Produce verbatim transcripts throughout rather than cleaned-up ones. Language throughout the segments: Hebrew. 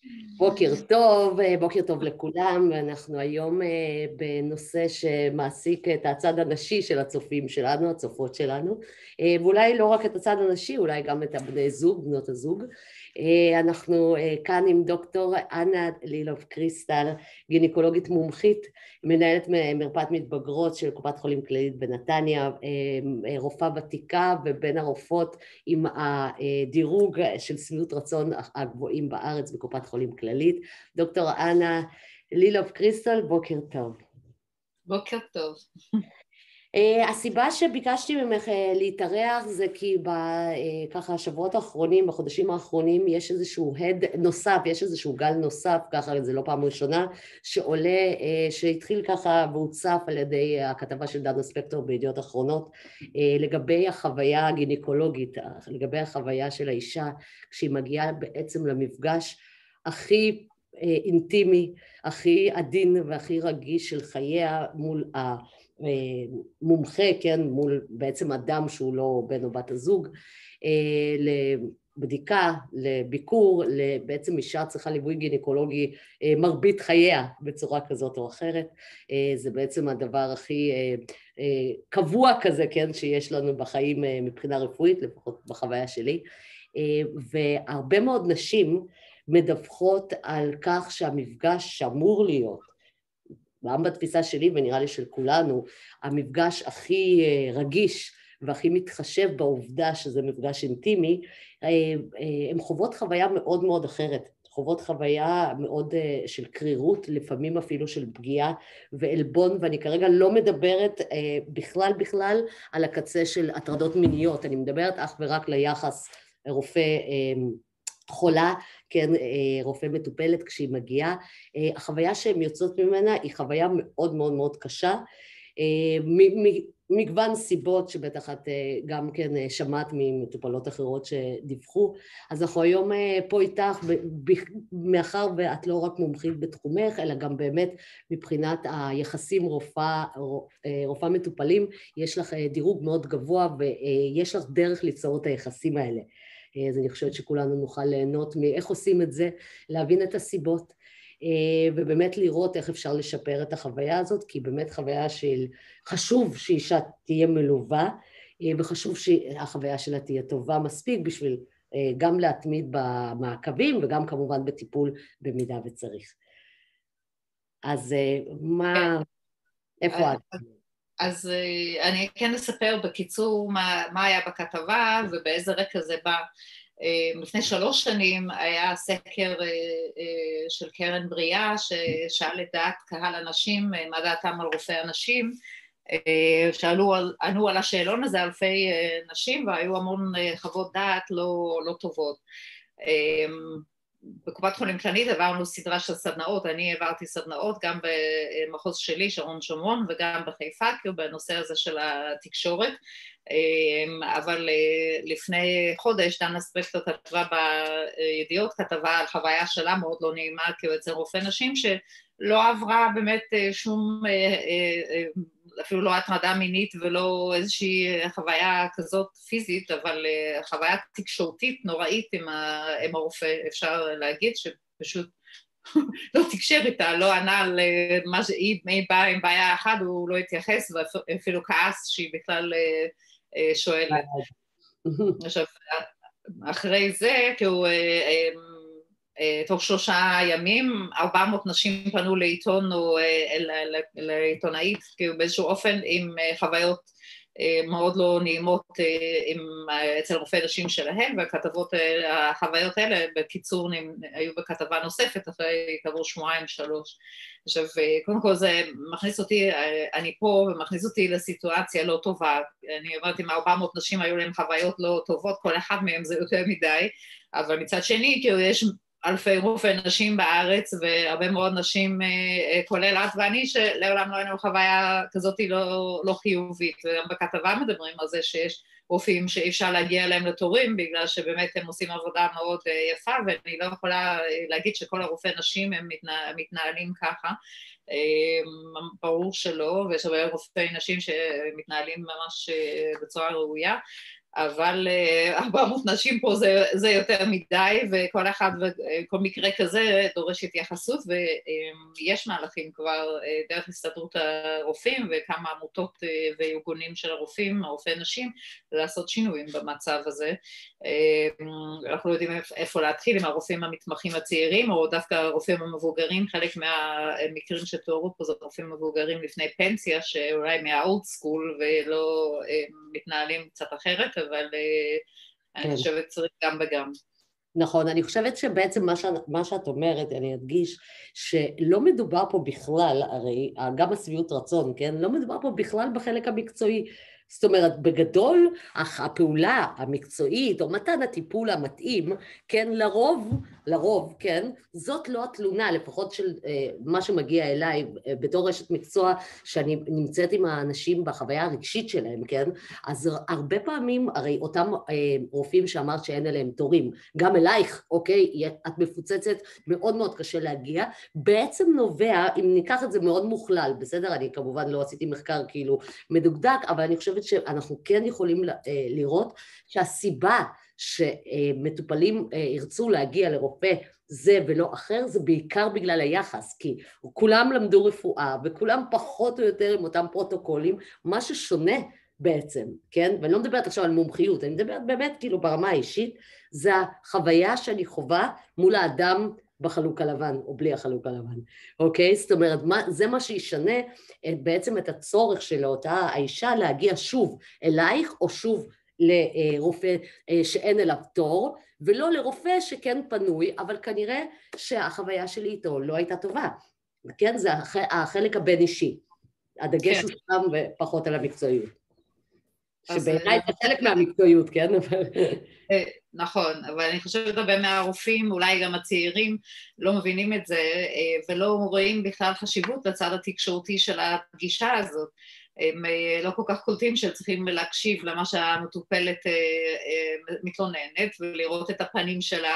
בוקר טוב, בוקר טוב לכולם, ואנחנו היום בנושא שמעסיק את הצד הנשי של הצופים שלנו, הצופות שלנו, ואולי לא רק את הצד הנשי, אולי גם את הבני זוג, בנות הזוג. אנחנו כאן עם דוקטור אנה לילוב קריסטל, גינקולוגית מומחית, מנהלת מרפאת מתבגרות של קופת חולים כללית בנתניה, רופאה ותיקה ובין הרופאות עם הדירוג של שביעות רצון הגבוהים בארץ בקופת חולים כללית. דוקטור אנה לילוב קריסטל, בוקר טוב. בוקר טוב. הסיבה שביקשתי ממך להתארח זה כי בככה השבועות האחרונים, בחודשים האחרונים, יש איזשהו הד נוסף, יש איזשהו גל נוסף, ככה זה לא פעם ראשונה, שעולה, שהתחיל ככה והוצף על ידי הכתבה של דנה ספקטור בידיעות אחרונות, לגבי החוויה הגינקולוגית, לגבי החוויה של האישה, כשהיא מגיעה בעצם למפגש הכי אינטימי, הכי עדין והכי רגיש של חייה מול ה... מומחה, כן, מול בעצם אדם שהוא לא בן או בת הזוג, לבדיקה, לביקור, בעצם אישה צריכה ליווי גינקולוגי מרבית חייה בצורה כזאת או אחרת, זה בעצם הדבר הכי קבוע כזה, כן, שיש לנו בחיים מבחינה רפואית, לפחות בחוויה שלי, והרבה מאוד נשים מדווחות על כך שהמפגש שאמור להיות, גם בתפיסה שלי ונראה לי של כולנו, המפגש הכי רגיש והכי מתחשב בעובדה שזה מפגש אינטימי, הן חוות חוויה מאוד מאוד אחרת, חוות חוויה מאוד של קרירות, לפעמים אפילו של פגיעה ועלבון, ואני כרגע לא מדברת בכלל בכלל על הקצה של הטרדות מיניות, אני מדברת אך ורק ליחס רופא חולה, כן, רופא מטופלת כשהיא מגיעה, החוויה שהן יוצאות ממנה היא חוויה מאוד מאוד מאוד קשה, מגוון סיבות שבטח את גם כן שמעת ממטופלות אחרות שדיווחו, אז אנחנו היום פה איתך, מאחר ואת לא רק מומחית בתחומך, אלא גם באמת מבחינת היחסים רופאה, רופאה מטופלים, יש לך דירוג מאוד גבוה ויש לך דרך ליצור את היחסים האלה. אז אני חושבת שכולנו נוכל ליהנות מאיך עושים את זה, להבין את הסיבות, ובאמת לראות איך אפשר לשפר את החוויה הזאת, כי באמת חוויה של חשוב שאישה תהיה מלווה, וחשוב שהחוויה שלה תהיה טובה מספיק בשביל גם להתמיד במעקבים, וגם כמובן בטיפול במידה וצריך. אז מה, איפה את? אז אני כן אספר בקיצור מה, מה היה בכתבה ובאיזה רקע זה בא. לפני שלוש שנים היה סקר של קרן בריאה ששאל את דעת קהל הנשים, מה דעתם על רופאי הנשים, שאלו, ענו על השאלון הזה אלפי נשים והיו המון חוות דעת לא, לא טובות. בקופת חולים כללית עברנו סדרה של סדנאות, אני העברתי סדנאות גם במחוז שלי, שרון שומרון, וגם בחיפה, כאילו בנושא הזה של התקשורת, אבל לפני חודש דנה ספקטור כתבה בידיעות, כתבה על חוויה שלה מאוד לא נעימה, כאילו אצל רופא נשים שלא עברה באמת שום, אפילו לא הטרדה מינית ולא איזושהי חוויה כזאת פיזית, אבל חוויה תקשורתית נוראית עם, ה, עם הרופא, אפשר להגיד שפשוט לא תקשר איתה, לא ענה על מה שהיא באה עם בעיה אחת, הוא לא התייחס ואפילו כעס שהיא בכלל שואלת. עכשיו, אחרי זה, כאילו, תוך שלושה ימים, ארבע מאות נשים פנו לעיתון או לעיתונאית, כאילו באיזשהו אופן עם חוויות מאוד לא נעימות אצל רופאי נשים שלהם, והכתבות, החוויות האלה בקיצור היו בכתבה נוספת אחרי כעבור שבועיים שלוש. עכשיו, קודם כל זה מכניס אותי, אני פה ומכניס אותי לסיטואציה לא טובה, אני אומרת אם ארבע מאות נשים היו להם חוויות לא טובות, כל אחד מהם זה יותר מדי, אבל מצד שני כאילו יש אלפי רופאי נשים בארץ, והרבה מאוד נשים, כולל את ואני, שלעולם לא היינו חוויה כזאת לא, לא חיובית, וגם בכתבה מדברים על זה שיש רופאים שאי אפשר להגיע אליהם לתורים, בגלל שבאמת הם עושים עבודה מאוד יפה, ואני לא יכולה להגיד שכל הרופאי נשים הם מתנה, מתנהלים ככה, ברור שלא, ויש הרבה רופאי נשים שמתנהלים ממש בצורה ראויה, אבל ארבע מאות נשים פה זה, זה יותר מדי, וכל אחד, כל מקרה כזה דורש התייחסות, ויש מהלכים כבר דרך הסתדרות הרופאים, וכמה עמותות וארגונים של הרופאים, הרופאי נשים, לעשות שינויים במצב הזה. אנחנו לא יודעים איפה להתחיל עם הרופאים המתמחים הצעירים, או דווקא הרופאים המבוגרים, חלק מהמקרים שתוארו פה זה רופאים מבוגרים לפני פנסיה, שאולי מה-old school ולא מתנהלים קצת אחרת, אבל אני חושבת צריך גם וגם. נכון, אני חושבת שבעצם מה, ש... מה שאת אומרת, אני אדגיש, שלא מדובר פה בכלל, הרי גם השביעות רצון, כן? לא מדובר פה בכלל בחלק המקצועי. זאת אומרת, בגדול, הפעולה המקצועית, או מתן הטיפול המתאים, כן, לרוב, לרוב, כן, זאת לא התלונה, לפחות של מה שמגיע אליי, בתור רשת מקצוע, שאני נמצאת עם האנשים בחוויה הרגשית שלהם, כן, אז הרבה פעמים, הרי אותם רופאים שאמרת שאין אליהם תורים, גם אלייך, אוקיי, את מפוצצת, מאוד מאוד קשה להגיע, בעצם נובע, אם ניקח את זה מאוד מוכלל, בסדר, אני כמובן לא עשיתי מחקר כאילו מדוקדק, אבל אני חושבת שאנחנו כן יכולים לראות שהסיבה שמטופלים ירצו להגיע לרופא זה ולא אחר, זה בעיקר בגלל היחס, כי כולם למדו רפואה וכולם פחות או יותר עם אותם פרוטוקולים, מה ששונה בעצם, כן? ואני לא מדברת עכשיו על מומחיות, אני מדברת באמת כאילו ברמה האישית, זה החוויה שאני חווה מול האדם בחלוק הלבן, או בלי החלוק הלבן, אוקיי? זאת אומרת, מה, זה מה שישנה בעצם את הצורך של אותה האישה להגיע שוב אלייך, או שוב לרופא שאין אליו תור, ולא לרופא שכן פנוי, אבל כנראה שהחוויה שלי איתו לא הייתה טובה. כן? זה החלק הבין אישי. הדגש הוא שם ופחות על המקצועיות. שבעיניי זה חלק מהמקצועיות, כן? נכון, אבל אני חושבת הרבה מהרופאים, אולי גם הצעירים, לא מבינים את זה, ולא רואים בכלל חשיבות לצד התקשורתי של הפגישה הזאת. הם לא כל כך קולטים שצריכים להקשיב למה שהמטופלת מתלוננת, ולראות את הפנים שלה,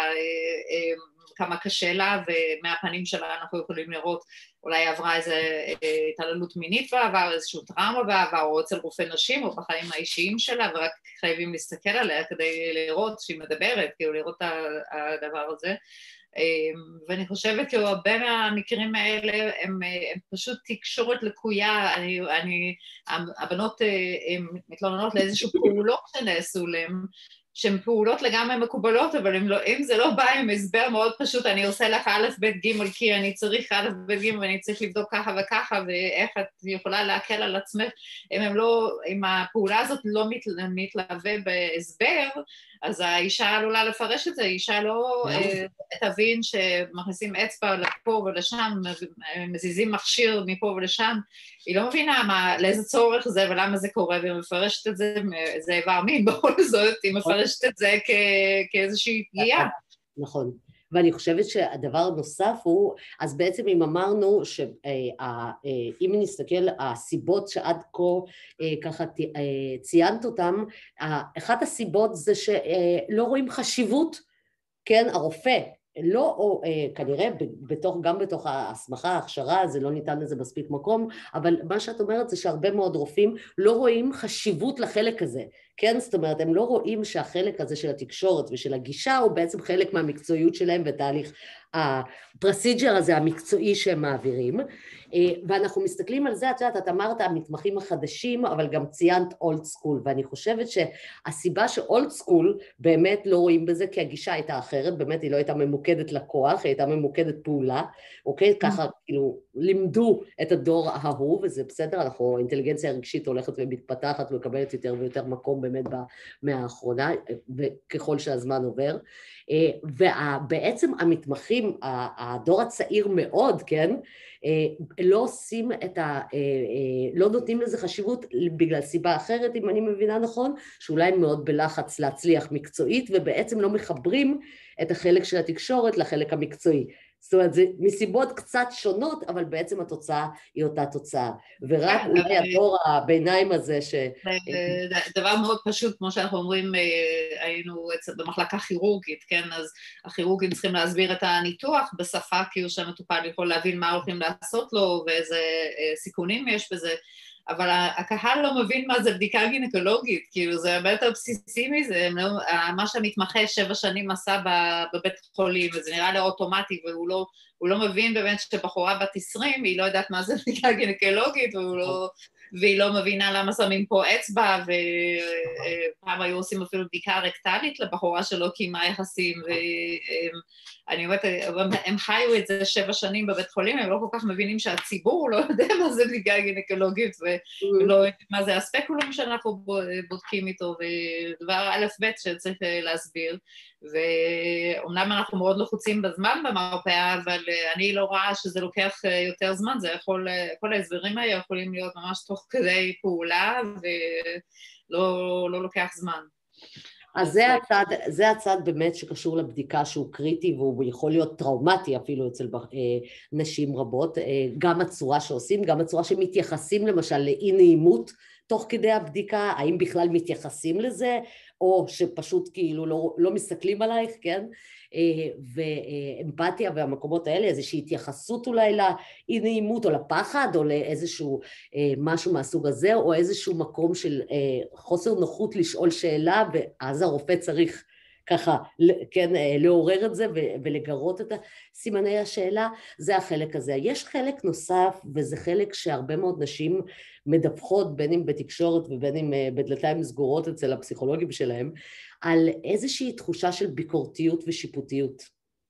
כמה קשה לה, ומהפנים שלה אנחנו יכולים לראות, אולי עברה איזו התעללות מינית בעבר, איזשהו טראומה בעבר, או אצל רופא נשים, או בחיים האישיים שלה, ורק חייבים להסתכל עליה כדי לראות שהיא מדברת, כאילו לראות את הדבר הזה. ואני חושבת כאילו הרבה מהמקרים האלה הם, הם פשוט תקשורת לקויה, אני, אני, הבנות מתלוננות לאיזשהו פעולות שנעשו להם, שהן פעולות לגמרי מקובלות, אבל אם, לא, אם זה לא בא עם הסבר מאוד פשוט, אני עושה לך א' ב' ג' כי אני צריך א' ב' ג' ואני צריך לבדוק ככה וככה, ואיך את יכולה להקל על עצמך, אם, הם לא, אם הפעולה הזאת לא מת, מתלווה בהסבר, אז האישה עלולה לפרש את זה, האישה לא תבין שמכניסים אצבע לפה ולשם, מזיזים מכשיר מפה ולשם, היא לא מבינה מה, לאיזה צורך זה ולמה זה קורה, והיא מפרשת את זה, זה איבר מין בכל זאת, היא מפרשת את זה כאיזושהי פגיעה. נכון, ואני חושבת שהדבר הנוסף הוא, אז בעצם אם אמרנו שאם נסתכל, הסיבות שעד כה ככה ציינת אותם, אחת הסיבות זה שלא רואים חשיבות, כן, הרופא, לא, או כנראה בתוך, גם בתוך ההסמכה, ההכשרה, זה לא ניתן לזה מספיק מקום, אבל מה שאת אומרת זה שהרבה מאוד רופאים לא רואים חשיבות לחלק הזה, כן? זאת אומרת, הם לא רואים שהחלק הזה של התקשורת ושל הגישה הוא בעצם חלק מהמקצועיות שלהם ותהליך הפרסיג'ר הזה המקצועי שהם מעבירים, ואנחנו מסתכלים על זה, את יודעת, את אמרת המתמחים החדשים, אבל גם ציינת אולד סקול, ואני חושבת שהסיבה שאולד סקול באמת לא רואים בזה, כי הגישה הייתה אחרת, באמת היא לא הייתה ממוקדת לקוח, היא הייתה ממוקדת פעולה, אוקיי? ככה כאילו לימדו את הדור ההוא, וזה בסדר, אנחנו, האינטליגנציה הרגשית הולכת ומתפתחת ומקבלת יותר ויותר מקום באמת במאה האחרונה, וככל שהזמן עובר, ובעצם המתמחים, הדור הצעיר מאוד, כן, לא עושים את ה... לא נותנים לזה חשיבות בגלל סיבה אחרת, אם אני מבינה נכון, שאולי הם מאוד בלחץ להצליח מקצועית, ובעצם לא מחברים את החלק של התקשורת לחלק המקצועי. זאת אומרת, זה מסיבות קצת שונות, אבל בעצם התוצאה היא אותה תוצאה. ורק אולי הדור הביניים הזה ש... דבר מאוד פשוט, כמו שאנחנו אומרים, היינו במחלקה כירורגית, כן? אז הכירורגים צריכים להסביר את הניתוח בשפה, כאילו שהמטופל יכול להבין מה הולכים לעשות לו, ואיזה סיכונים יש בזה. אבל הקהל לא מבין מה זה בדיקה גינקולוגית, כאילו זה הרבה יותר בסיסי מזה, לא, מה שהמתמחה שבע שנים עשה בבית חולים, וזה נראה לו אוטומטי, והוא לא, הוא לא מבין באמת שבחורה בת עשרים, היא לא יודעת מה זה בדיקה גינקולוגית, והוא לא, והיא לא מבינה למה שמים פה אצבע, ופעם היו עושים אפילו בדיקה רקטלית לבחורה שלא קיימה יחסים, ואני אומרת, הם חיו את זה שבע שנים בבית חולים, הם לא כל כך מבינים שהציבור לא יודע מה זה בדיקה גינקולוגית, ולא יודעים מה זה הספקולום שאנחנו בודקים איתו, ודבר א' ב' שצריך להסביר, ואומנם אנחנו מאוד לחוצים בזמן במרפאה, אבל אני לא רואה שזה לוקח יותר זמן, זה יכול, כל ההסברים האלה יכולים להיות ממש תוך כדי פעולה, ולא לא לוקח זמן. אז זה הצד, זה הצד באמת שקשור לבדיקה שהוא קריטי, והוא יכול להיות טראומטי אפילו אצל נשים רבות, גם הצורה שעושים, גם הצורה שמתייחסים למשל לאי נעימות תוך כדי הבדיקה, האם בכלל מתייחסים לזה, או שפשוט כאילו לא, לא מסתכלים עלייך, כן? ואמפתיה והמקומות האלה, איזושהי התייחסות אולי לאי נעימות או לפחד או לאיזשהו משהו מהסוג הזה, או איזשהו מקום של חוסר נוחות לשאול שאלה, ואז הרופא צריך ככה, כן, לעורר את זה ולגרות את סימני השאלה, זה החלק הזה. יש חלק נוסף, וזה חלק שהרבה מאוד נשים מדווחות, בין אם בתקשורת ובין אם בדלתיים סגורות אצל הפסיכולוגים שלהם, על איזושהי תחושה של ביקורתיות ושיפוטיות,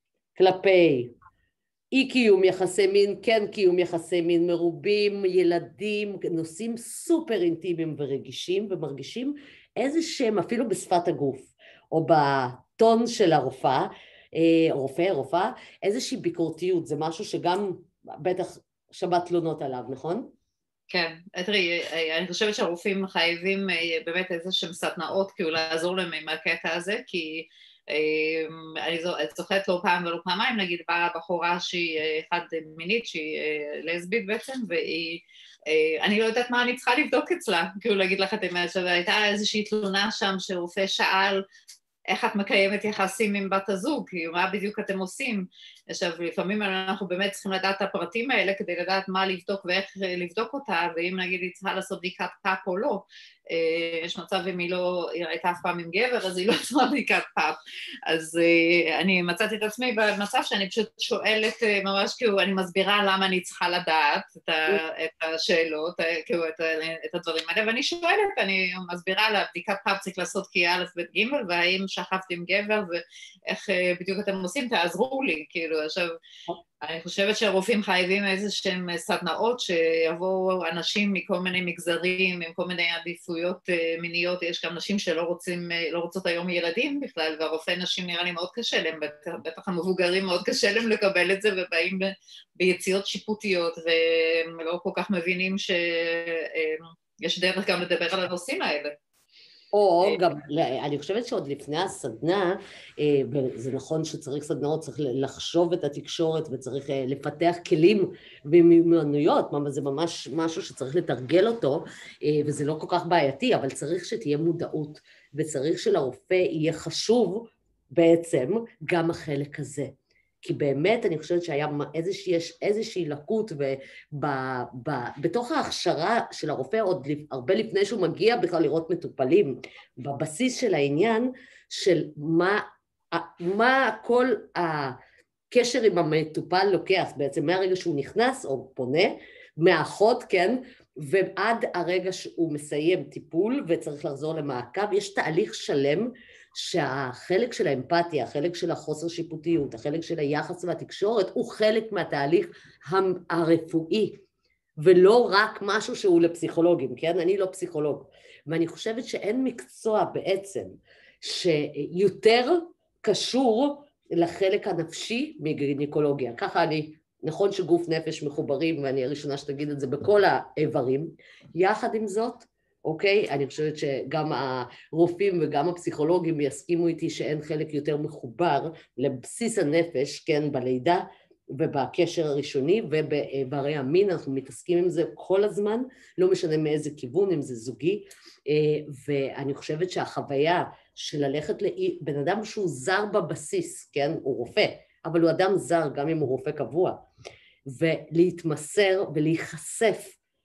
כלפי אי קיום יחסי מין, כן קיום יחסי מין, מרובים, ילדים, נושאים סופר אינטימיים ורגישים, ומרגישים איזה שהם אפילו בשפת הגוף, או בטון של הרופאה, רופא, רופאה, איזושהי ביקורתיות, זה משהו שגם בטח שמעת תלונות עליו, נכון? כן, תראי, אני חושבת שהרופאים חייבים באמת איזשהם סדנאות, כאילו לעזור להם עם הקטע הזה, כי אני זוכרת לא פעם ולא פעמיים, נגיד באה בחורה שהיא חד מינית, שהיא לסבית בעצם, והיא, אני לא יודעת מה אני צריכה לבדוק אצלה, כאילו להגיד לך את האמת, שהייתה איזושהי תלונה שם שרופא שאל, איך את מקיימת יחסים עם בת הזוג, מה בדיוק אתם עושים. עכשיו, לפעמים אנחנו באמת צריכים לדעת את הפרטים האלה כדי לדעת מה לבדוק ואיך לבדוק אותה, ואם נגיד היא צריכה לעשות בדיקת פאפ או לא, יש מצב אם היא לא, היא הייתה אף פעם עם גבר, אז היא לא צריכה בדיקת פאפ. אז אני מצאתי את עצמי במצב שאני פשוט שואלת ממש, כאילו, אני מסבירה למה אני צריכה לדעת את, ה, את השאלות, כאילו, את, את הדברים האלה, ואני שואלת, אני מסבירה לה, בדיקת פאפ צריך לעשות כי א' ב' ג' והאם שכבתי עם גבר ואיך בדיוק אתם עושים, תעזרו לי, כאילו, עכשיו, אני חושבת שהרופאים חייבים איזשהם סדנאות שיבואו אנשים מכל מיני מגזרים, עם כל מיני עדיפויות מיניות, יש גם נשים שלא רוצים, לא רוצות היום ילדים בכלל, והרופא נשים נראה לי מאוד קשה להם, בטח המבוגרים מאוד קשה להם לקבל את זה, ובאים ביציאות שיפוטיות, ולא כל כך מבינים שיש דרך גם לדבר על הנושאים האלה. או גם, אני חושבת שעוד לפני הסדנה, וזה נכון שצריך סדנאות, צריך לחשוב את התקשורת וצריך לפתח כלים ומיומנויות, זה ממש משהו שצריך לתרגל אותו, וזה לא כל כך בעייתי, אבל צריך שתהיה מודעות, וצריך שלרופא יהיה חשוב בעצם גם החלק הזה. כי באמת אני חושבת שהיה איזושהי, יש איזושהי לקות בתוך ההכשרה של הרופא, עוד הרבה לפני שהוא מגיע בכלל לראות מטופלים, בבסיס של העניין של מה, מה כל הקשר עם המטופל לוקח, בעצם מהרגע שהוא נכנס או פונה, מהאחות, כן, ועד הרגע שהוא מסיים טיפול וצריך לחזור למעקב, יש תהליך שלם, שהחלק של האמפתיה, החלק של החוסר שיפוטיות, החלק של היחס והתקשורת, הוא חלק מהתהליך הרפואי, ולא רק משהו שהוא לפסיכולוגים, כן? אני לא פסיכולוג, ואני חושבת שאין מקצוע בעצם שיותר קשור לחלק הנפשי מגינקולוגיה. ככה אני, נכון שגוף נפש מחוברים, ואני הראשונה שתגיד את זה בכל האיברים, יחד עם זאת, אוקיי? אני חושבת שגם הרופאים וגם הפסיכולוגים יסכימו איתי שאין חלק יותר מחובר לבסיס הנפש, כן, בלידה ובקשר הראשוני ובאיברי המין, אנחנו מתעסקים עם זה כל הזמן, לא משנה מאיזה כיוון, אם זה זוגי, ואני חושבת שהחוויה של ללכת לבן אדם שהוא זר בבסיס, כן, הוא רופא, אבל הוא אדם זר גם אם הוא רופא קבוע, ולהתמסר ולהיחשף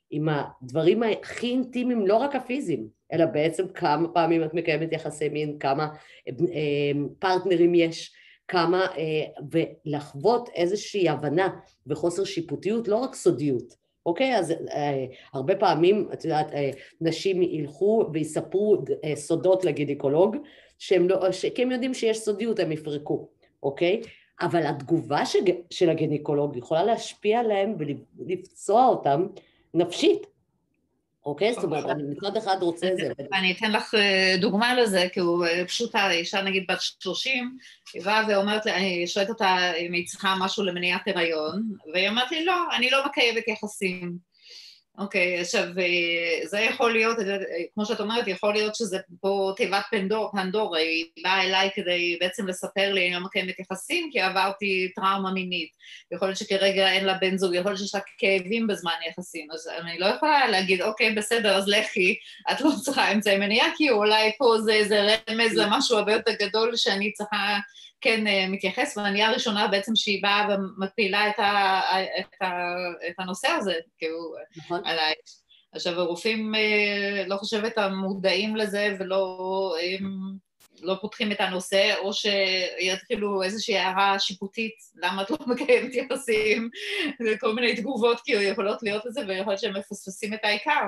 עם הדברים הכי אינטימיים, לא רק הפיזיים, אלא בעצם כמה פעמים את מקיימת יחסי מין, כמה פרטנרים יש, כמה, ולחוות איזושהי הבנה וחוסר שיפוטיות, לא רק סודיות, אוקיי? אז הרבה פעמים, את יודעת, נשים ילכו ויספרו סודות לגינקולוג, שהם לא, כי הם יודעים שיש סודיות, הם יפרקו, אוקיי? אבל התגובה של הגינקולוג יכולה להשפיע עליהם ולפצוע אותם נפשית, אוקיי? זאת אומרת, אני מצד אחד רוצה את זה. אני אתן לך דוגמה לזה, כי הוא פשוטה, אישה נגיד בת שלושים, היא באה ואומרת לי, אני שואלת אותה אם היא צריכה משהו למניעת הריון, והיא אומרת לי, לא, אני לא מקיימת יחסים. אוקיי, עכשיו, זה יכול להיות, כמו שאת אומרת, יכול להיות שזה פה תיבת פנדור, פנדור, היא באה אליי כדי בעצם לספר לי, אני לא מקיימת יחסים, כי עברתי טראומה מינית, יכול להיות שכרגע אין לה בן זוג, יכול להיות שיש לה כאבים בזמן יחסים, אז אני לא יכולה להגיד, אוקיי, בסדר, אז לכי, את לא צריכה אמצעי מניעה, כי אולי פה זה איזה רמז למשהו הרבה יותר גדול שאני צריכה כן מתייחס, ואני הראשונה בעצם שהיא באה ומפילה את, ה, את, ה, את הנושא הזה, כאילו, נכון. עליי. עכשיו, הרופאים לא חושבת המודעים לזה ולא לא פותחים את הנושא, או שיתחילו איזושהי הערה שיפוטית, למה את לא מקיימת יחסים, וכל מיני תגובות כאילו יכולות להיות לזה, ויכול להיות שהם מפספסים את העיקר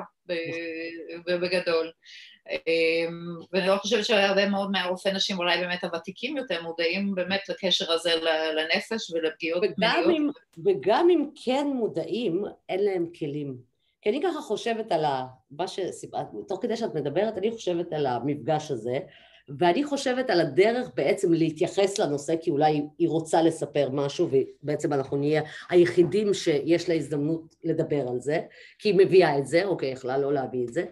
בגדול. ואני לא חושבת שהרבה מאוד מהרופאי נשים, אולי באמת הוותיקים יותר, מודעים באמת לקשר הזה לנפש ולפגיעות מיניות. וגם אם כן מודעים, אין להם כלים. כי אני ככה חושבת על ה... תוך כדי שאת מדברת, אני חושבת על המפגש הזה, ואני חושבת על הדרך בעצם להתייחס לנושא, כי אולי היא רוצה לספר משהו, ובעצם אנחנו נהיה היחידים שיש לה הזדמנות לדבר על זה, כי היא מביאה את זה, אוקיי, יכלה לא להביא את זה,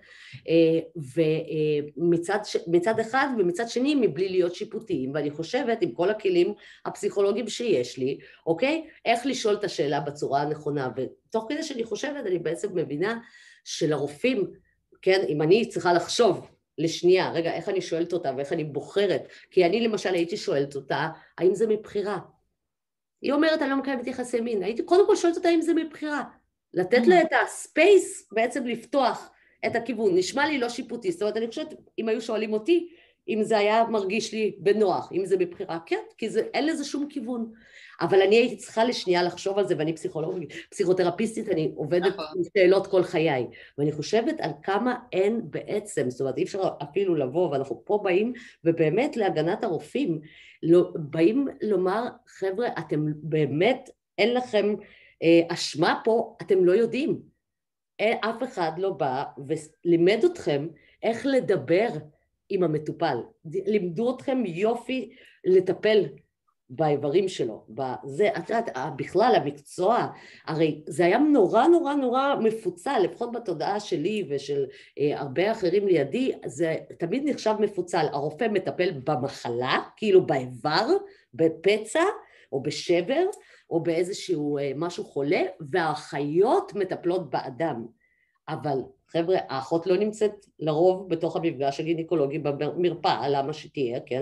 ומצד מצד אחד ומצד שני מבלי להיות שיפוטיים, ואני חושבת עם כל הכלים הפסיכולוגיים שיש לי, אוקיי, איך לשאול את השאלה בצורה הנכונה, ותוך כדי שאני חושבת, אני בעצם מבינה שלרופאים, כן, אם אני צריכה לחשוב, לשנייה, רגע, איך אני שואלת אותה ואיך אני בוחרת, כי אני למשל הייתי שואלת אותה, האם זה מבחירה? היא אומרת, אני לא מקיימת יחסי מין, הייתי קודם כל שואלת אותה אם זה מבחירה, לתת לה את הספייס בעצם לפתוח את הכיוון, נשמע לי לא שיפוטי, זאת אומרת, אני חושבת, אם היו שואלים אותי, אם זה היה מרגיש לי בנוח, אם זה מבחירה, כן, כי זה, אין לזה שום כיוון, אבל אני הייתי צריכה לשנייה לחשוב על זה, ואני פסיכולוגית, פסיכותרפיסטית, אני עובדת עם שאלות כל חיי, ואני חושבת על כמה אין בעצם, זאת אומרת, אי אפשר אפילו לבוא, ואנחנו פה באים, ובאמת להגנת הרופאים, לא, באים לומר, חבר'ה, אתם באמת, אין לכם אה, אשמה פה, אתם לא יודעים, אין, אף אחד לא בא ולימד אתכם איך לדבר עם המטופל, לימדו אתכם יופי לטפל באיברים שלו, בזה, את יודעת, בכלל המקצוע, הרי זה היה נורא נורא נורא מפוצל, לפחות בתודעה שלי ושל אה, הרבה אחרים לידי, זה תמיד נחשב מפוצל, הרופא מטפל במחלה, כאילו באיבר, בפצע או בשבר, או באיזשהו אה, משהו חולה, והאחיות מטפלות באדם, אבל חבר'ה, האחות לא נמצאת לרוב בתוך המפגש הגינקולוגי במרפאה, למה שתהיה, כן?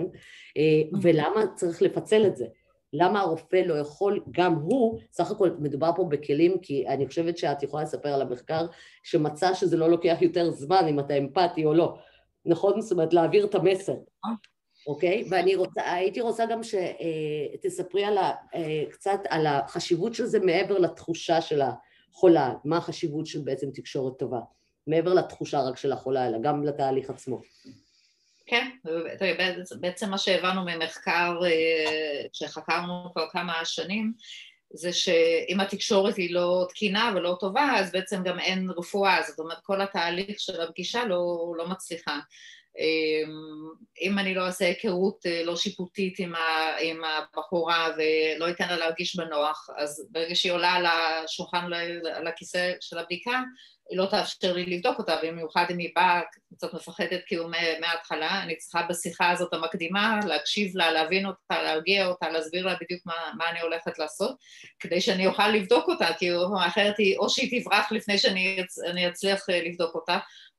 ולמה צריך לפצל את זה? למה הרופא לא יכול, גם הוא, סך הכל מדובר פה בכלים, כי אני חושבת שאת יכולה לספר על המחקר, שמצא שזה לא לוקח יותר זמן אם אתה אמפתי או לא, נכון? זאת אומרת, להעביר את המסר, אוקיי? ואני רוצה, הייתי רוצה גם שתספרי על ה, קצת על החשיבות של זה מעבר לתחושה של החולה, מה החשיבות של בעצם תקשורת טובה, מעבר לתחושה רק של החולה, אלא גם לתהליך עצמו. כן, בעצם מה שהבנו ממחקר שחקרנו כבר כמה שנים, זה שאם התקשורת היא לא תקינה ולא טובה, אז בעצם גם אין רפואה, זאת אומרת כל התהליך של הפגישה לא, לא מצליחה. אם אני לא אעשה היכרות לא שיפוטית עם, ה, עם הבחורה ולא אתן לה להרגיש בנוח, אז ברגע שהיא עולה על השולחן, על הכיסא של הבדיקה, היא לא תאפשר לי לבדוק אותה, במיוחד אם היא באה קצת מפחדת כאילו מההתחלה, אני צריכה בשיחה הזאת המקדימה, להקשיב לה, להבין אותה, להרגיע אותה, להסביר לה בדיוק מה, מה אני הולכת לעשות, כדי שאני אוכל לבדוק אותה, כי אחרת היא, או שהיא תברח לפני שאני אצליח לבדוק אותה,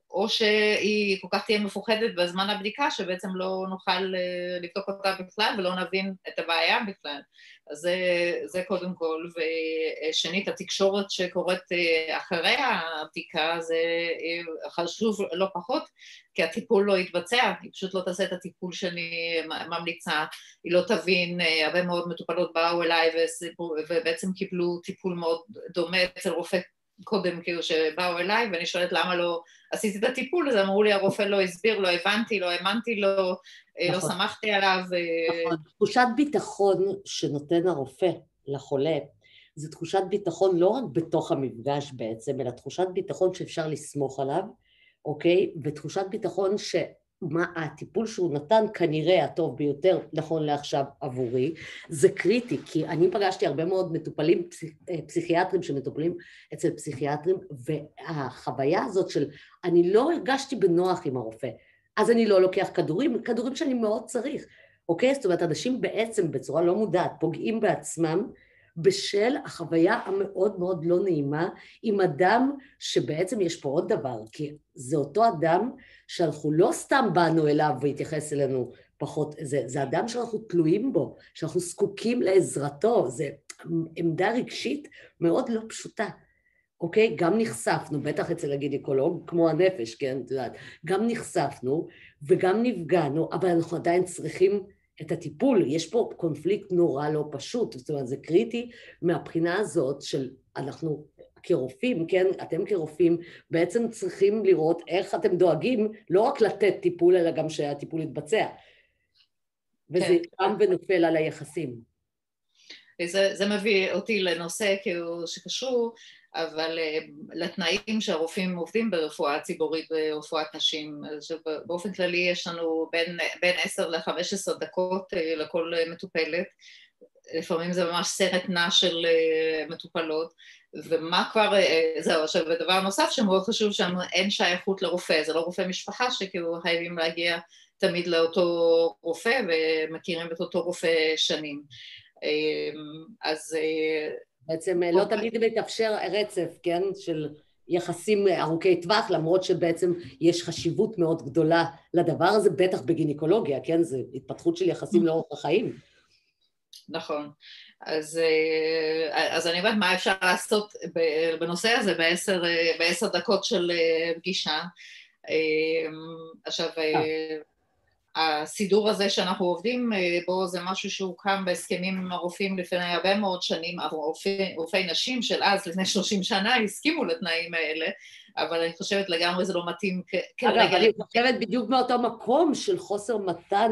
או שהיא כל כך תהיה מפוחדת בזמן הבדיקה, שבעצם לא נוכל לבדוק אותה בכלל ולא נבין את הבעיה בכלל. אז זה, זה קודם כל. ושנית, התקשורת שקורית אחרי הבדיקה, זה חשוב לא פחות, כי הטיפול לא יתבצע, היא פשוט לא תעשה את הטיפול שאני ממליצה, היא לא תבין, הרבה מאוד מטופלות באו אליי ובעצם קיבלו טיפול מאוד דומה אצל רופא קודם, כאילו שבאו אליי, ואני שואלת למה לא עשיתי את הטיפול, אז אמרו לי, הרופא לא הסביר, לא הבנתי, לא האמנתי לו, לא שמחתי עליו. נכון, תחושת ביטחון שנותן הרופא לחולה, זו תחושת ביטחון לא רק בתוך המפגש בעצם, אלא תחושת ביטחון שאפשר לסמוך עליו, אוקיי? ותחושת ביטחון ש... מה הטיפול שהוא נתן כנראה הטוב ביותר נכון לעכשיו עבורי, זה קריטי, כי אני פגשתי הרבה מאוד מטופלים פסיכיאטרים שמטופלים אצל פסיכיאטרים, והחוויה הזאת של אני לא הרגשתי בנוח עם הרופא, אז אני לא לוקח כדורים, כדורים שאני מאוד צריך, אוקיי? זאת אומרת, אנשים בעצם בצורה לא מודעת פוגעים בעצמם, בשל החוויה המאוד מאוד לא נעימה עם אדם שבעצם יש פה עוד דבר, כי זה אותו אדם שאנחנו לא סתם באנו אליו והתייחס אלינו פחות, זה, זה אדם שאנחנו תלויים בו, שאנחנו זקוקים לעזרתו, זה עמדה רגשית מאוד לא פשוטה, אוקיי? גם נחשפנו, בטח אצל הגינקולוג, כמו הנפש, כן, את יודעת, גם נחשפנו וגם נפגענו, אבל אנחנו עדיין צריכים את הטיפול, יש פה קונפליקט נורא לא פשוט, זאת אומרת, זה קריטי מהבחינה הזאת של אנחנו כרופאים, כן, אתם כרופאים בעצם צריכים לראות איך אתם דואגים לא רק לתת טיפול, אלא גם שהטיפול יתבצע, וזה כן. גם ונופל על היחסים. זה, זה מביא אותי לנושא כאילו שקשור, אבל לתנאים שהרופאים עובדים ברפואה ציבורית ברפואת נשים, שבאופן כללי יש לנו בין, בין עשר לחמש עשרה דקות לכל מטופלת, לפעמים זה ממש סרט נע של מטופלות, ומה כבר, זהו, עכשיו, ודבר נוסף שמאוד חשוב שם, אין שייכות לרופא, זה לא רופא משפחה שכאילו חייבים להגיע תמיד לאותו רופא, ומכירים את אותו רופא שנים. אז... בעצם לא תמיד מתאפשר רצף, כן, של יחסים ארוכי טווח, למרות שבעצם יש חשיבות מאוד גדולה לדבר הזה, בטח בגינקולוגיה, כן, זה התפתחות של יחסים לאורך החיים. נכון. אז, אז אני יודעת מה אפשר לעשות בנושא הזה בעשר, בעשר דקות של פגישה. עכשיו, הסידור הזה שאנחנו עובדים בו זה משהו שהוקם בהסכמים עם הרופאים לפני הרבה מאוד שנים, רופאי, רופאי נשים של אז, לפני שלושים שנה, הסכימו לתנאים האלה, אבל אני חושבת לגמרי זה לא מתאים כרגע. אגב, אני חושבת בדיוק מאותו מקום של חוסר מתן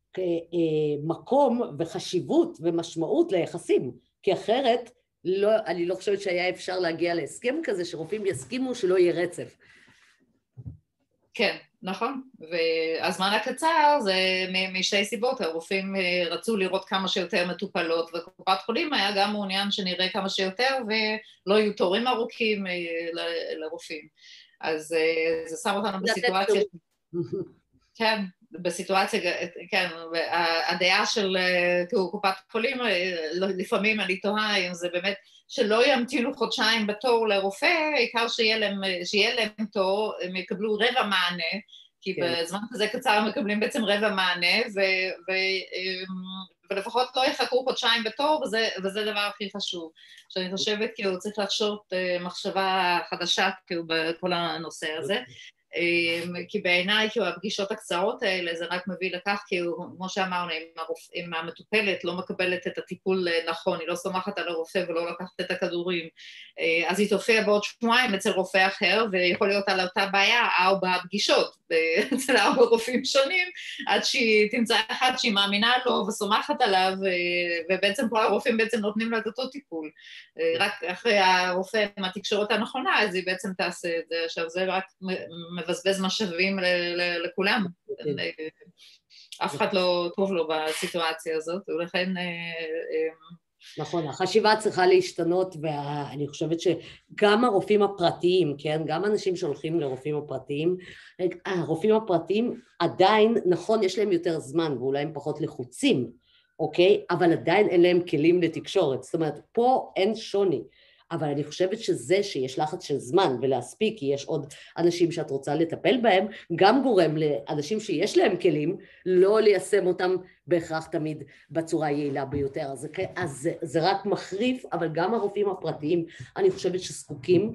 מקום וחשיבות ומשמעות ליחסים, כי אחרת לא, אני לא חושבת שהיה אפשר להגיע להסכם כזה שרופאים יסכימו שלא יהיה רצף. כן, נכון, והזמן הקצר זה משתי סיבות, הרופאים רצו לראות כמה שיותר מטופלות, וקופת חולים היה גם מעוניין שנראה כמה שיותר, ולא יהיו תורים ארוכים לרופאים. אז זה שם אותנו בסיטואציה... כן, בסיטואציה, כן, הדעה של קופת חולים, לפעמים אני תוהה אם זה באמת שלא ימתינו חודשיים בתור לרופא, העיקר שיהיה להם, שיהיה להם תור, הם יקבלו רבע מענה, כי כן. בזמן כזה קצר הם מקבלים בעצם רבע מענה, ו, ו, ולפחות לא יחכו חודשיים בתור, וזה, וזה דבר הכי חשוב. שאני חושבת כאילו צריך לחשוב מחשבה חדשה כאילו בכל הנושא הזה, כי בעיניי כאילו הפגישות הקצרות האלה זה רק מביא לכך, כאילו כמו שאמרנו, אם, הרופ... אם המטופלת לא מקבלת את הטיפול נכון, היא לא סומכת על הרופא ולא לקחת את הכדורים, אז היא תופיע בעוד שבועיים אצל רופא אחר, ויכול להיות על אותה בעיה ארבע פגישות אצל ארבע רופאים שונים, עד שהיא תמצא אחד שהיא מאמינה לו וסומכת עליו, ובעצם כל הרופאים בעצם נותנים לה את אותו טיפול. רק אחרי הרופא עם התקשורת הנכונה, אז היא בעצם תעשה את זה. עכשיו זה רק מבזבז משאבים לכולם. אף אחד לא טוב לו בסיטואציה הזאת, ולכן... נכון, החשיבה צריכה להשתנות, ואני חושבת שגם הרופאים הפרטיים, כן, גם אנשים שהולכים לרופאים הפרטיים, הרופאים הפרטיים עדיין, נכון, יש להם יותר זמן, ואולי הם פחות לחוצים, אוקיי? אבל עדיין אין להם כלים לתקשורת, זאת אומרת, פה אין שוני. אבל אני חושבת שזה שיש לחץ של זמן ולהספיק, כי יש עוד אנשים שאת רוצה לטפל בהם, גם גורם לאנשים שיש להם כלים, לא ליישם אותם בהכרח תמיד בצורה היעילה ביותר. אז, אז זה, זה רק מחריף, אבל גם הרופאים הפרטיים, אני חושבת שזקוקים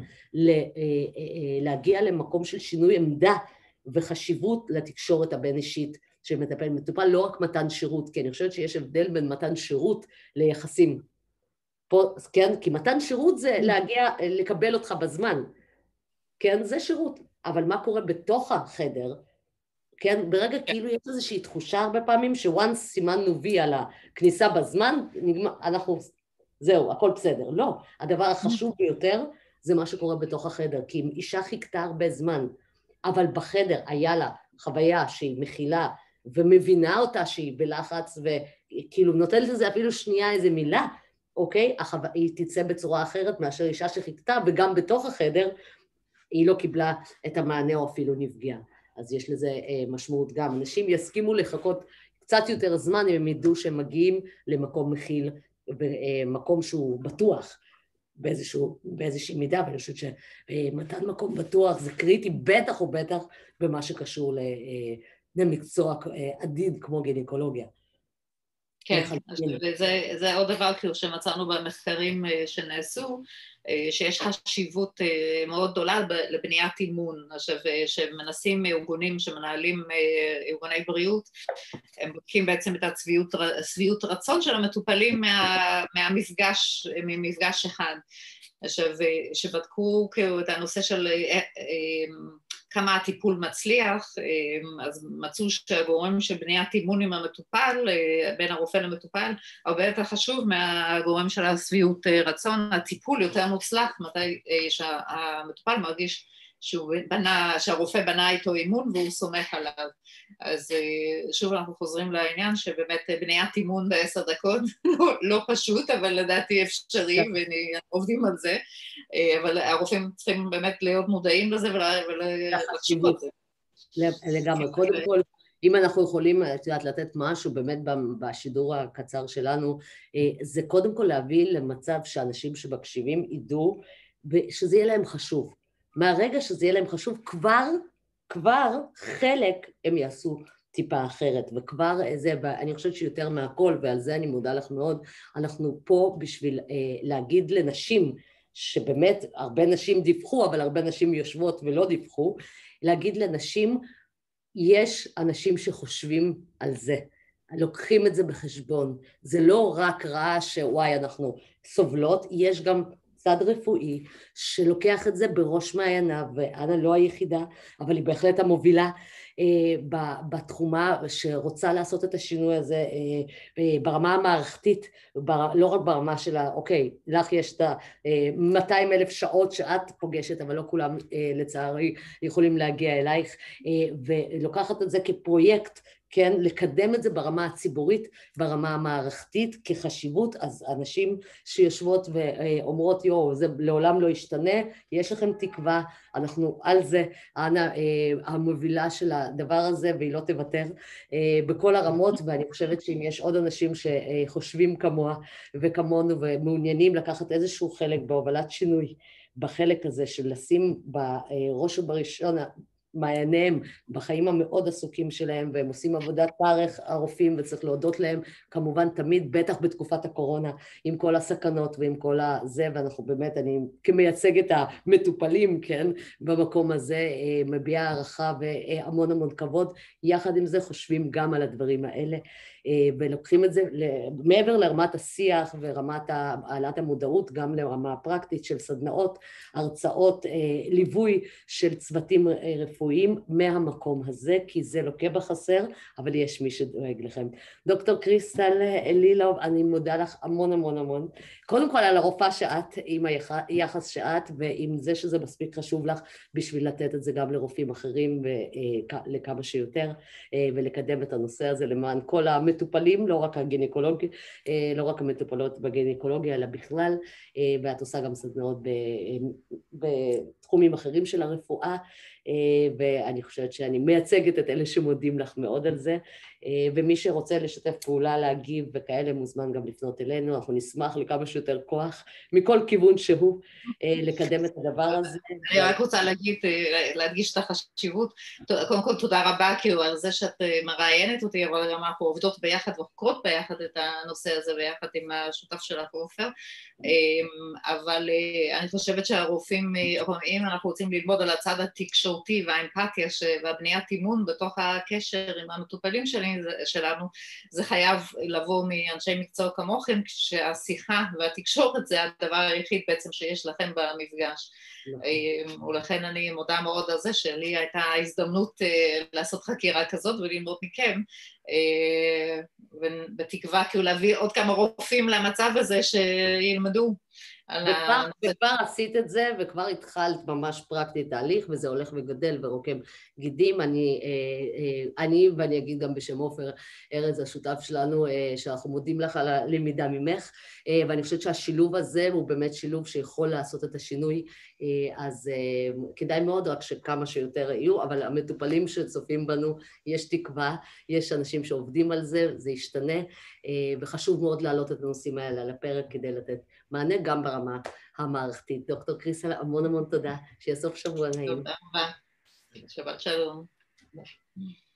להגיע למקום של שינוי עמדה וחשיבות לתקשורת הבין אישית שמטפל מטופל, לא רק מתן שירות, כי אני חושבת שיש הבדל בין מתן שירות ליחסים. פה, כן, כי מתן שירות זה להגיע, לקבל אותך בזמן, כן, זה שירות, אבל מה קורה בתוך החדר, כן, ברגע כאילו יש איזושהי תחושה הרבה פעמים, שוואנס סימנו וי על הכניסה בזמן, נגמר, אנחנו, זהו, הכל בסדר, לא, הדבר החשוב ביותר זה מה שקורה בתוך החדר, כי אם אישה חיכתה הרבה זמן, אבל בחדר היה לה חוויה שהיא מכילה, ומבינה אותה שהיא בלחץ, וכאילו נותנת לזה אפילו שנייה איזה מילה, אוקיי? היא תצא בצורה אחרת מאשר אישה שחיכתה, וגם בתוך החדר היא לא קיבלה את המענה או אפילו נפגעה. אז יש לזה משמעות גם. אנשים יסכימו לחכות קצת יותר זמן, אם הם ידעו שהם מגיעים למקום מכיל, במקום שהוא בטוח, באיזשהו, באיזושהי מידה, ואני חושבת שמתן מקום בטוח זה קריטי, בטח או בטח, במה שקשור למקצוע עתיד כמו גינקולוגיה. כן, וזה זה עוד דבר כאילו שמצאנו במחקרים שנעשו, שיש חשיבות מאוד גדולה לבניית אימון, עכשיו שמנסים ארגונים שמנהלים ארגוני בריאות, הם בודקים בעצם את השביעות רצון של המטופלים מה, מהמפגש, ממפגש אחד, עכשיו שבדקו כאילו את הנושא של כמה הטיפול מצליח, אז מצאו שהגורם של בניית אימון עם המטופל, בין הרופא למטופל, הרבה יותר חשוב מהגורם של השביעות רצון, הטיפול יותר מוצלח, מתי שהמטופל מרגיש שהוא בנה, שהרופא בנה איתו אימון והוא סומך עליו. אז שוב אנחנו חוזרים לעניין שבאמת בניית אימון בעשר דקות, לא, לא פשוט, אבל לדעתי אפשרי ועובדים על זה, אבל הרופאים צריכים באמת להיות מודעים לזה ולחשוב על זה. לגמרי, קודם כל, אם אנחנו יכולים לתת משהו באמת בשידור הקצר שלנו, זה קודם כל להביא למצב שאנשים שמקשיבים ידעו שזה יהיה להם חשוב. מהרגע שזה יהיה להם חשוב, כבר, כבר חלק הם יעשו טיפה אחרת, וכבר זה, אני חושבת שיותר מהכל, ועל זה אני מודה לך מאוד, אנחנו פה בשביל אה, להגיד לנשים, שבאמת הרבה נשים דיווחו, אבל הרבה נשים יושבות ולא דיווחו, להגיד לנשים, יש אנשים שחושבים על זה, לוקחים את זה בחשבון, זה לא רק רעש שוואי אנחנו סובלות, יש גם צד רפואי שלוקח את זה בראש מעייניו, ואנה לא היחידה, אבל היא בהחלט המובילה אה, בתחומה שרוצה לעשות את השינוי הזה אה, אה, ברמה המערכתית, בר, לא רק ברמה של ה, אוקיי, לך יש את ה-מאתיים אלף שעות שאת פוגשת, אבל לא כולם אה, לצערי יכולים להגיע אלייך, אה, ולוקחת את זה כפרויקט, כן, לקדם את זה ברמה הציבורית, ברמה המערכתית, כחשיבות, אז אנשים שיושבות ואומרות, יו, זה לעולם לא ישתנה, יש לכם תקווה, אנחנו על זה, אנה המובילה של הדבר הזה, והיא לא תוותר בכל הרמות, ואני חושבת שאם יש עוד אנשים שחושבים כמוה וכמונו, ומעוניינים לקחת איזשהו חלק בהובלת שינוי, בחלק הזה של לשים בראש ובראשון, מעייניהם בחיים המאוד עסוקים שלהם, והם עושים עבודת פרך הרופאים, וצריך להודות להם, כמובן תמיד, בטח בתקופת הקורונה, עם כל הסכנות ועם כל הזה, ואנחנו באמת, אני כמייצג את המטופלים, כן, במקום הזה, מביעה הערכה והמון המון כבוד, יחד עם זה חושבים גם על הדברים האלה, ולוקחים את זה מעבר לרמת השיח ורמת העלאת המודעות, גם לרמה הפרקטית של סדנאות, הרצאות, ליווי של צוותים רפואיים מהמקום הזה, כי זה לוקה בחסר, אבל יש מי שדואג לכם. דוקטור קריסטל לילוב, אני מודה לך המון המון המון. קודם כל על הרופאה שאת, עם היחס שאת, ועם זה שזה מספיק חשוב לך, בשביל לתת את זה גם לרופאים אחרים, לכמה שיותר, ולקדם את הנושא הזה למען כל המטופלים, לא רק הגינקולוגיה, לא רק המטופלות בגינקולוגיה, אלא בכלל, ואת עושה גם סדנאות בתחומים אחרים של הרפואה, ואני חושבת שאני מייצגת את אלה שמודים לך מאוד על זה, ומי שרוצה לשתף פעולה, להגיב וכאלה, מוזמן גם לפנות אלינו, אנחנו נשמח לכמה שיותר כוח, מכל כיוון שהוא, לקדם את הדבר הזה. אני רק רוצה להגיד, להדגיש את החשיבות, קודם כל תודה רבה כאילו על זה שאת מראיינת אותי, אבל גם אנחנו עובדות ביחד וחוקרות ביחד את הנושא הזה ביחד עם השותף שלך עופר, אבל אני חושבת שהרופאים, אם אנחנו רוצים ללמוד על הצד התקשורתי והאמפתיה והבניית אימון בתוך הקשר עם המטופלים שלנו, זה חייב לבוא מאנשי מקצוע כמוכם, שהשיחה והתקשורת זה הדבר היחיד בעצם שיש לכם במפגש. ולכן אני מודה מאוד על זה שלי הייתה הזדמנות לעשות חקירה כזאת וללמוד מכם, ובתקווה כאילו להביא עוד כמה רופאים למצב הזה שילמדו. וכבר, וכבר עשית את זה, וכבר התחלת ממש פרקטית תהליך, וזה הולך וגדל ורוקם גידים. אני, אני ואני אגיד גם בשם עופר ארז, השותף שלנו, שאנחנו מודים לך על הלמידה ממך, ואני חושבת שהשילוב הזה הוא באמת שילוב שיכול לעשות את השינוי, אז כדאי מאוד רק שכמה שיותר יהיו, אבל המטופלים שצופים בנו, יש תקווה, יש אנשים שעובדים על זה, זה ישתנה, וחשוב מאוד להעלות את הנושאים האלה על הפרק כדי לתת מענה גם ברמה המערכתית. דוקטור קריסטל, המון המון תודה, שיהיה סוף שבוע נעים. תודה רבה, שבת שלום.